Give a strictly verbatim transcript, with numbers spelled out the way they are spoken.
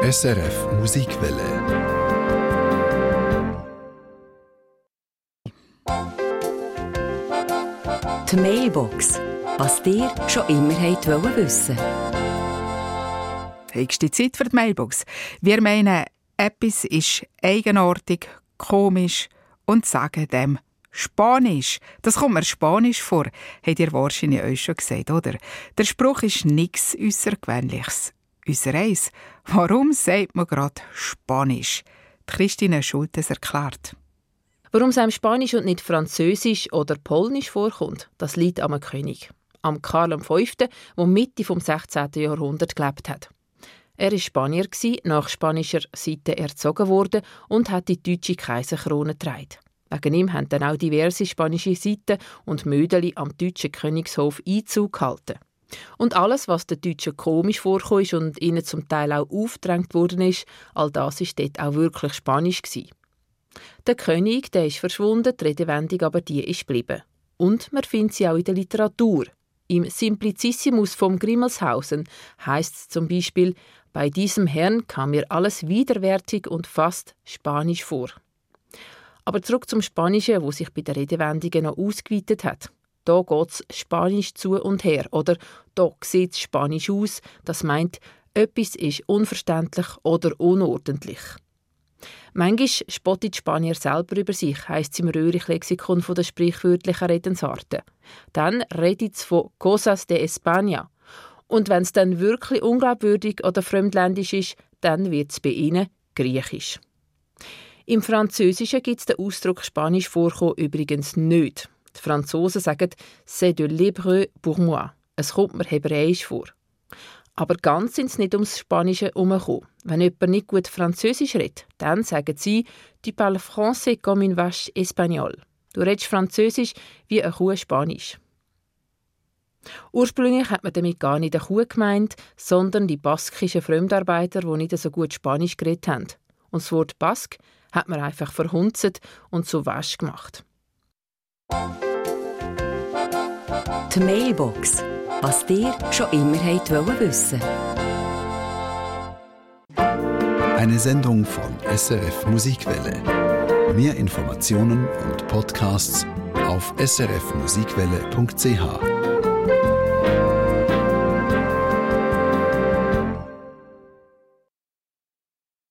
S R F Musikwelle. Die Mailbox. Was dir schon immer wollt wissen. Höchste Zeit für die Mailbox. Wir meinen, etwas ist eigenartig, komisch und sagen dem Spanisch. Das kommt mir Spanisch vor, habt ihr wahrscheinlich euch schon gesagt, oder? Der Spruch ist nichts Außergewöhnliches. Unser Eis. Warum sagt man gerade Spanisch? Die Christine Schultes erklärt. Warum es einem Spanisch und nicht Französisch oder Polnisch vorkommt, das liegt am König, am Karl der Fünfte, der Mitte des sechzehnten Jahrhunderts gelebt hat. Er war Spanier, nach spanischer Seite erzogen worden und hat die deutsche Kaiserkrone getragen. Wegen ihm haben dann auch diverse spanische Seiten und Mödeli am deutschen Königshof Einzug gehalten. Und alles, was den Deutschen komisch vorkam und ihnen zum Teil auch aufgedrängt worden ist, all das war dort auch wirklich Spanisch gewesen. Der König, der ist verschwunden, die Redewendung aber die ist geblieben. Und man findet sie auch in der Literatur. Im Simplicissimus vom Grimmelshausen heisst es zum Beispiel: Bei diesem Herrn kam mir alles widerwärtig und fast spanisch vor. Aber zurück zum Spanischen, wo sich bei den Redewendungen noch ausgeweitet hat. Da geht es Spanisch zu und her oder da sieht es Spanisch aus. Das meint, etwas ist unverständlich oder unordentlich. Manchmal spottet die Spanier selber über sich, heisst es im Röhrig-Lexikon der sprichwörtlichen Redensarten. Dann redet es von «Cosas de España». Und wenn es dann wirklich unglaubwürdig oder fremdländisch ist, dann wird es bei ihnen griechisch. Im Französischen gibt es den Ausdruck «Spanisch vorkommen» übrigens nicht. Die Franzosen sagen «C'est de l'hébreu pour moi». Es kommt mir hebräisch vor. Aber ganz sind sie nicht ums Spanische herumgekommen. Wenn jemand nicht gut Französisch redet, dann sagen sie «Tu parles français comme une vache espagnole». Du redest Französisch wie eine Kuh Spanisch. Ursprünglich hat man damit gar nicht eine Kuh gemeint, sondern die baskischen Fremdarbeiter, die nicht so gut Spanisch geredet haben. Und das Wort Bask hat man einfach verhunzt und zu Wasch gemacht. Die Mailbox. Was dir schon immer wollt wissen. Eine Sendung von S R F Musikwelle. Mehr Informationen und Podcasts auf s r f musikwelle punkt c h.